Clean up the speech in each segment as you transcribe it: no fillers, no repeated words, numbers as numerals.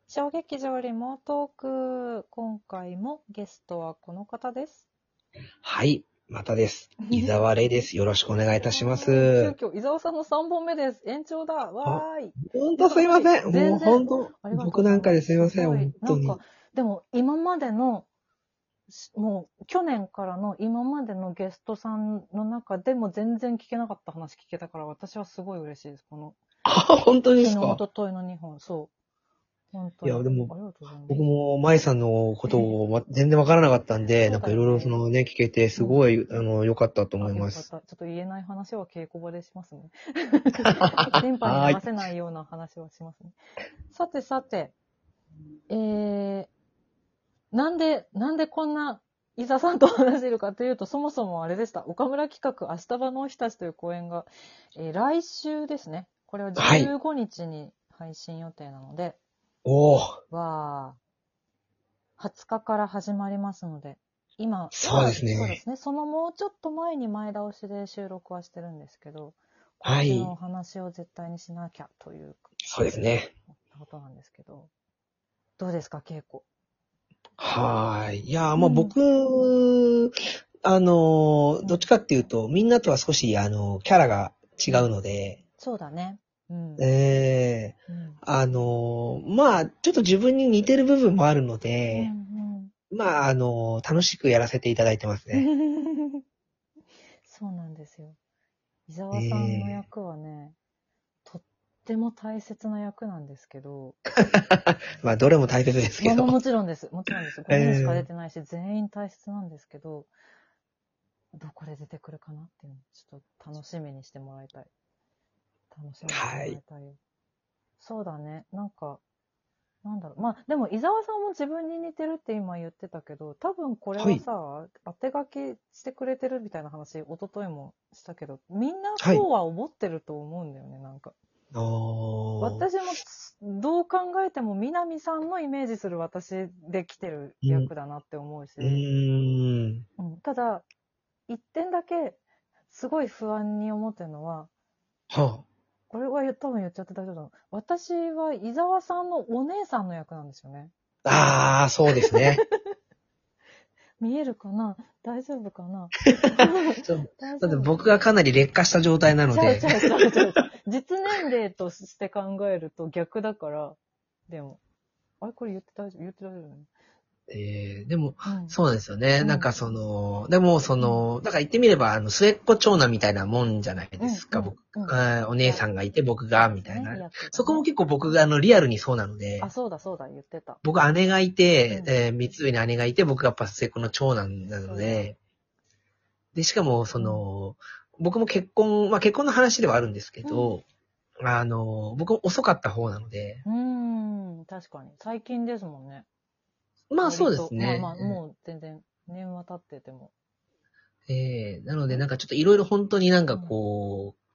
小劇場リモートーク、今回もゲストはこの方です。 はい、またです。伊沢玲です。よろしくお願いいたしま急す。 遽、伊沢さんの3本目です。延長だ。 あ、 わーい。 ほんとすいません。もう全然、 ほんと、 ありがとう僕なんかございます。 ですいません。 すごい。 本当に。 でも今までの、もう去年からの今までのゲストさんの中でも全然聞けなかった話聞けたから、私はすごい嬉しいです。この、 あ、本当で昨日、一すか？ 昨日の2本。そう。本当いや、 に。 でも、 ありがとうございます。 僕も舞さんのことを全然わからなかったんで、 そうなんかいろいろだよね。 聞けて、 うん。 すごい、良かったと思あ、 います。 よかった。ちょっと言えない話は稽古場でしますね。電波にはーい。 流せないような話はしますね。さてさて、えー、なんでこんな伊沢さんと話せるかというと、そもそもあれでした。岡村企画、明日場のおひたちという公演が、来週ですね。これははい。 15日に配信予定なので、 おー、 は、20日から始まりますので、今、 そうですね。 そうですね。そのもうちょっと前に前倒しで収録はしてるんですけど、こっちのおはい。 話を絶対にしなきゃというそうですね。 ことなんですけど、どうですか、稽古。 はーい。いやー、 うん。 僕、どっちうん。 かっていうと、みんなとは少し、キャラが違うん。 うので、 そうだね。うん。 ええうん。 ちょっと自分に似てる部分もあるのうで、 ん。 楽しくやらせていただいてますうね。 ん。そうなんですよ。伊沢さんのええ役はね、とっても大切な役なんですけど、 まあ、どれも大切ですけど。 もちろんです。もちろんです。5人しか出ええてないし、全員大切なんですけど、どこで出てくるかなっていうのをちょっと楽しみにしてもらいたい。楽しみにしてはい。 もらいたいよ。そうだね。まあ、でも伊沢さんも自分に似てるって今言ってたけど、多分これはい。 はさ、当て書きしてくれてるみたいな話、一昨日もしたけど、みんなはい。 そうは思ってると思うんだよね、なんか。 あー、 私もどう考えても南さんのイメージする私で来てるうん、 役だなって思ううし、 ーん。 うん、ただ、一点だけすごい不安に思ってるのは、 はこれは多分言っちゃって大丈夫だろう。私は伊沢さんのお姉さんの役なんですよね。 あ、そうですね。 見えるかな、大丈夫かな。 そう。だって大丈夫かな。 僕がかなり劣化した状態なので、 ちゃう。実年齢として考えると逆だから、でも、あれこれ言って大丈夫ね。 でも、 うん。 そうなんですよね。 うん。うん。 だから言ってみれば、末っ子長男みたいなもんじゃないうん。 ですか、僕。 うん。 お姉さんがいて僕が、みたいな。 役がね。 そこも結構僕がリアルにそうなのあ、 で、 そうだ、言ってた。 僕姉がいて、 うん。 三つ上に姉がいて、僕がやっぱ末っ子の長男なのそうだ。 で、で、しかも、 うん。 僕も結婚の話ではあるんですけうん。 ど、僕も遅かった方なので、 確かに。最近ですもんね。 まあそうです割と。まあね。 まあ、もう全然、年は経ってても。 なので、 えなんかちょっといろいろ本当になんかうん。 こう、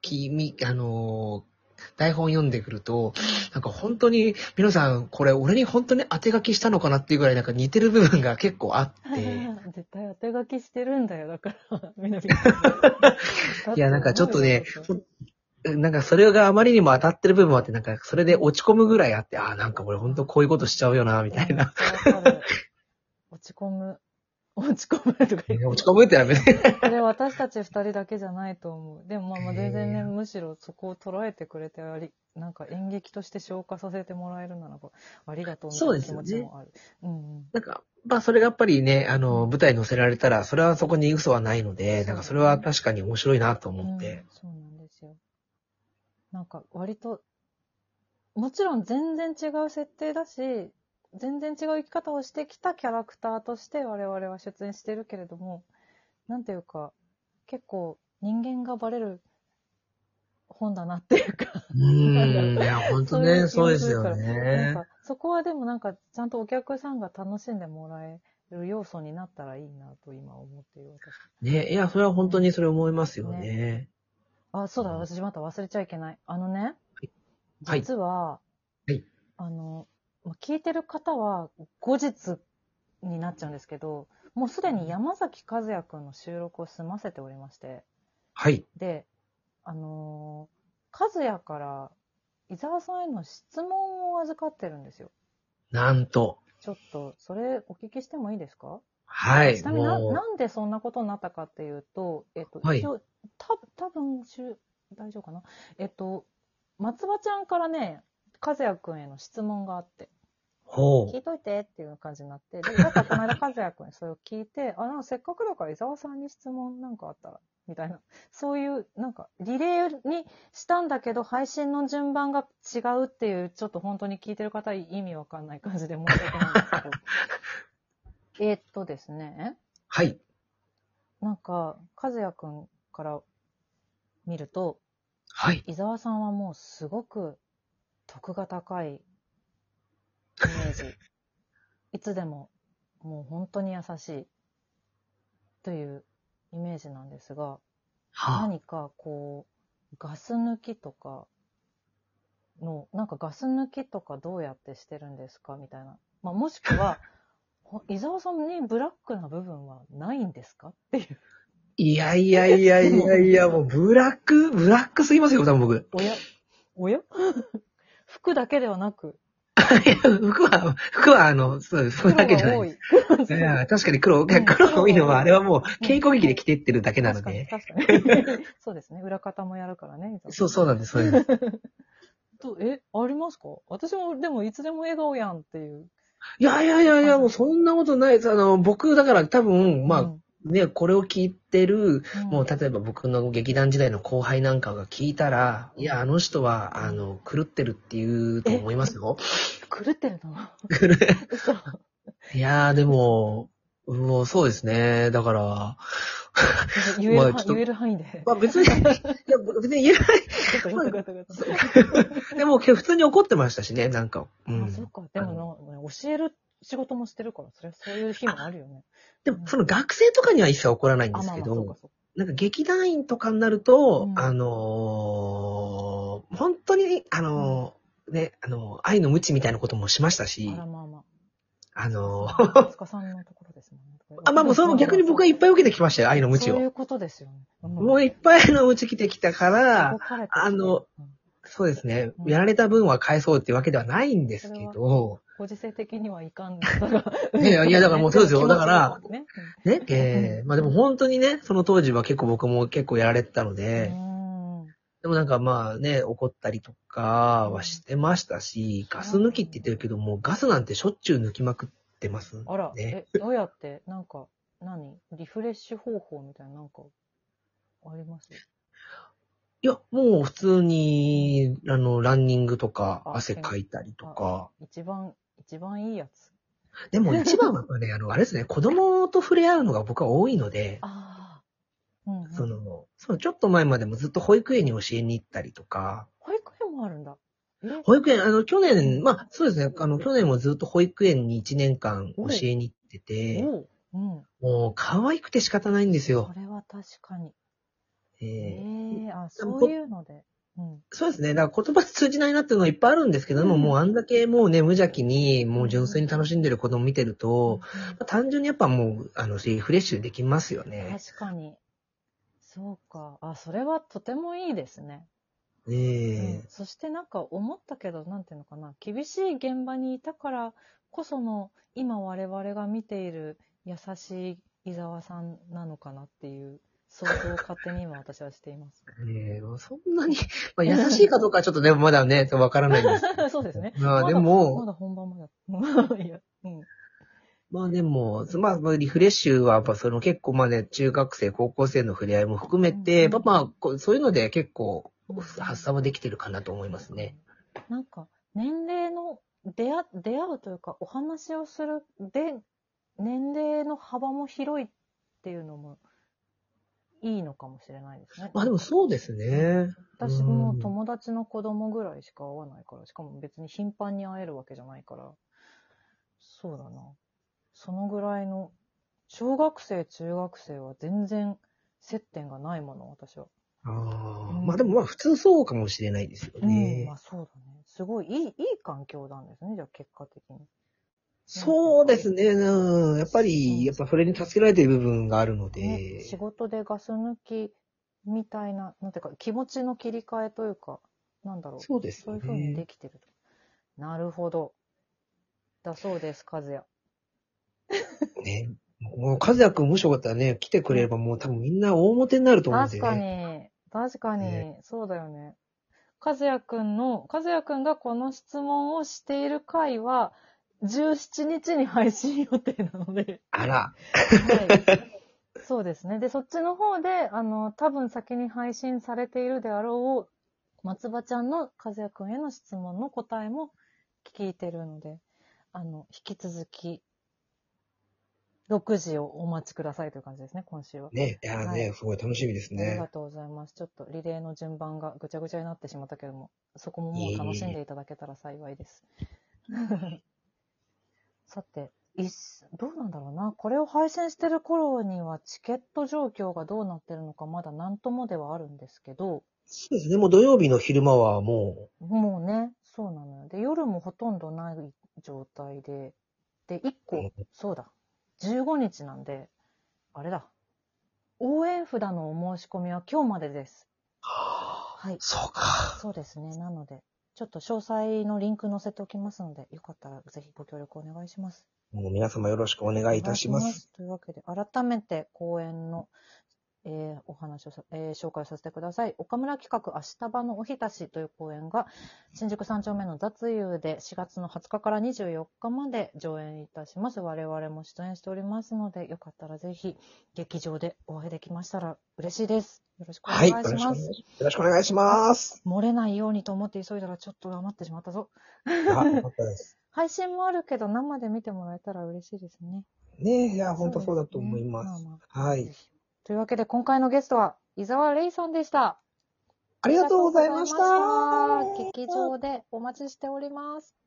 台本読んでくると、 うん。 なんか本当に、皆さん、これ俺に本当に当て書きしたのかなっていうぐらいなんか似てる部分が結構あって、 絶対当て書きしてるんだよ。だから、みなみさんも。だいや、なんかちと思うよ、 ょっとね、 私は。 なんかそれがあまりにも当たってる部分もあって、なんかそれで落ち込むぐらいあって、なんか俺本当こういうことしちゃうよな、みたいな。 めっちゃわかる。落ち込む。落ち込むとか言って。 落ち込むってやめて。 これ私たち二人だけじゃないと思う。でもまあ全然ね、 えむしろそこを捉えてくれてなんか演劇として消化させてもらえるならば、ありがとうみたそういな気ですよね。 持ちもある。うんうん。 なんか、まあそれがやっぱりね、 うん。 舞台に載せられたら、それはそこに嘘はないので、なんかそれはそうだね。 確かに面白いなと思うん、 って。 そうなんですよ。なんか割と、もちろん全然違う設定だし、全然違う生き方をしてきたキャラクターとして我々は出演してるけれども、なんていうか、結構人間がバレる本だなっていうかなんだろう、 いや、ほんとね、 そういう気そうですよもするから、なんね。 か、そこはでもなんか、ちゃんとお客さんが楽しんでもらえる要素になったらいいなと今思っている私。 ね、いや、それは本当にそれ思いますようん。ね。 ね。 あ、そうだ、私また忘れちゃいけない。 はい。 実は、 はい。 聞いてる方は後日になっちゃうんですけど、もうすでに山崎和也くんの収録を済ませておりまして、 はい。 で、和也から伊沢さんへの質問を預かってるんですよ。 なんと。 ちょっと、それお聞きしてもいいですか？ はい、 ちなみにもなんでそんなことになったかっていうと、 う、はい。 一応、多分大丈夫かな。松葉ちゃんからね、和也くんへの質問があって、聞ほう。 いといてっていう感じになって、で、だからこの間和也くんにそれを聞いて、なんかせっかくだから伊沢さんに質問なんかあったら、みたいな、そういう、なんか、リレーにしたんだけど、配信の順番が違うっていう、ちょっと本当に聞いてる方意味わかんない感じで申し訳ないんですけど、ですね、 はい。 なんか、和也くんから見ると、 はい。 伊沢さんはもうすごく徳が高いイメージ。いつでももう本当に優しいというイメージなんですが、 は何かこう、ガス抜きとかなんかガス抜きとかどうやってしてるんですかみたいな。まあ、もしくは、伊沢さんにブラックな部分はないんですかっていう。 いやいやいやいやいや、もうブラックすぎますよ、多分僕。 おや服だけではなく、 いや、服はそうです。それだ黒けじゃないです。 が多い。 いや、確かに黒うんが多いのは、あれはもう、 うん稽古劇で着てってるだけなの確かに、 で。 確かに。そうですね。裏方もやるからね、伊沢さん。 そうなんです、そうなんです。 ありますか？私も、でも、いつでも笑顔やんっていう。 いやいやいやいや、もうそんなことないです。僕、だから多分、まあ、 うん。 ね、これを聞いてる、 うん。 もう例えば僕の劇団時代の後輩なんかが聞いたら、いや、あの人は、狂ってるって言うと思いますよ。 狂ってるの？嘘。 いやー、でも、もうそうですね。だから、まあちょっと、 言える範囲で。 まあ別に、いや、別に言えない。 よかったよかったよかった。 でも、普通に怒ってましたしね、なんか。うあ、そっん。 か。でも教える仕事もしてるから、それそういう日もあるよね。 でも、その学生とかには一切怒らないんであ、まあまあ、そうかすけど、 そうか。 なんか劇団員とかになると、 うん。 本当に、愛の無知みたいなこともしましたあら、 し、 まあまあ。 あのつかさんのところですもんね。 まあもうそれも逆に僕はいっぱい受けてきましたよ、愛の無知を。 そういうことですよね。 もういっぱい愛の無知来てきたかしら、 ごかれてきて。 そうですね、 うんやられた分は返そうっていうわけではないんですそれは、 けど、 ご時世的にはいかんことが、 いや、だからもうそうですよ。だから、 ね。 まあでも本当にね、その当時は結構僕も結構やられてたのうで、 ん。 でもなんかまあね、怒ったりとかはしてましたし、ガス抜きって言ってるけども、ガスなんてしょっちゅう抜きまくってますあら、 ね。 どうやって、なんか、リフレッシュ方法みたいな、なんか、あります？ いや、もう普通に、ランニングとか、 あ、 汗かいたりとあ、 か。 一番いいやつ。 でも一番はやっぱね、あれですね、子供と触れ合うのが僕は多いので、 ああ、うんうん。 ちょっと前までもずっと保育園に教えに行ったりとか、 保育園もあるんだ。 保育園、去年、まあ、そうですね、去年もずっと保育園に1年間教おう、 えに行ってて、 おう、うん。 もう可愛くて仕方ないんですよ。 それは確かに。 えそういうので。うん。 そうですね。だから言葉通じないなっていうのはいっぱいあるんですけども、もうあんだけもうね、無邪気に、もう純粋に楽しんでる子供見てると、単純にやっぱもう、リフレッシュできますよね。 確かに。そうか。それはとてもいいですね。そしてなんか思ったけど、なんていうのかな、厳しい現場にいたからこその、今我々が見ている優しい伊沢さんなのかなっていう想像を勝手に今私はしています。 そんなに、まあ、優しいかどうかはちょっとね、まだね、わからないんですけど。 そうですね。 まあでまも、 だ本番まだ。いや、うん。 まあでも、まあリフレッシュはやっぱ結構まあね、中学生、高校生の触れ合いも含めて、まあそういうので結構発散はできてるかなと思いますね。 なんか、年齢の出会うというか、お話をするで、年齢の幅も広いっていうのもいいのかもしれないですね。 まあでもそうですね。 私も友達の子供ぐらいしか会わないから、しかも別に頻繁に会えるわけじゃないから、そうだな。そのぐらいの、小学生、中学生は全然接点がないもの、私は。 まあでもまあ普通そうかもしれないですよね。 まあそうだね。すごいいい環境なんですね、じゃあ結果的に。 そうですね。やっぱり、それに助けられている部分があるので。 仕事でガス抜きみたいな、なんていうか、気持ちの切り替えというか、なんだろう。 そうですね。 そういう風にできてると。なるほど。 だそうです、和也。 ね。もう、和也くんもしよかったらね、来てくれればもう多分みんな大モテになると思うんで確かね。 に、確かに、 ねそうだよね。和也くんがこの質問をしている回は、17日に配信予定なので、 あら。 はい。そうですね。で、そっちの方で、多分先に配信されているであろう、松葉ちゃんの和也くんへの質問の答えも聞いてるので、引き続き、6時をお待ちくださいという感じですね、今週は。 ね、いやはい。 ね、すごい楽しみですね。 ありがとうございます。ちょっとリレーの順番がぐちゃぐちゃになってしまったけども、そこももう楽しんでいただけたら幸いです。さて、どうなんだろうな。これを配信してる頃にはチケット状況がどうなってるのかまだ何ともではあるんですけど、 そうですね、もう土曜日の昼間はももうね、そうなのよ。で、夜もほとんどない状態で、で、1個、そうだ、15日なんで、あれだ、応援札のお申し込みは今日までです。はい。 そうか。 そうですね。なので、ちょっと詳細のリンク載せておきますので、よかったらぜひご協力お願いします。 もう皆様よろしくお願いいたします。 というわけで、改めて講演の、お話を紹介させてください。岡村企画明日場のおひたしという講演が、新宿三丁目の雑遊で4月の20日から24日まで上演いたします。我々も出演しておりますので、よかったらぜひ劇場でお会いできましたら嬉しいです。よろしくおはい。 願いします。 よろしくお願いします。 漏れないようにと思って急いだらちょっと余ってしまったぞ。 あ、よかったです。 配信もあるけど生で見てもらえたら嬉しいですね。 ねえ、いや、本当そうだと思います。 まあまあ、 はい。 ぜひ。というわけで今回のゲストは伊沢レイさんでした。 ありがとうございました。 ありがとうございました。劇場でお待ちしております。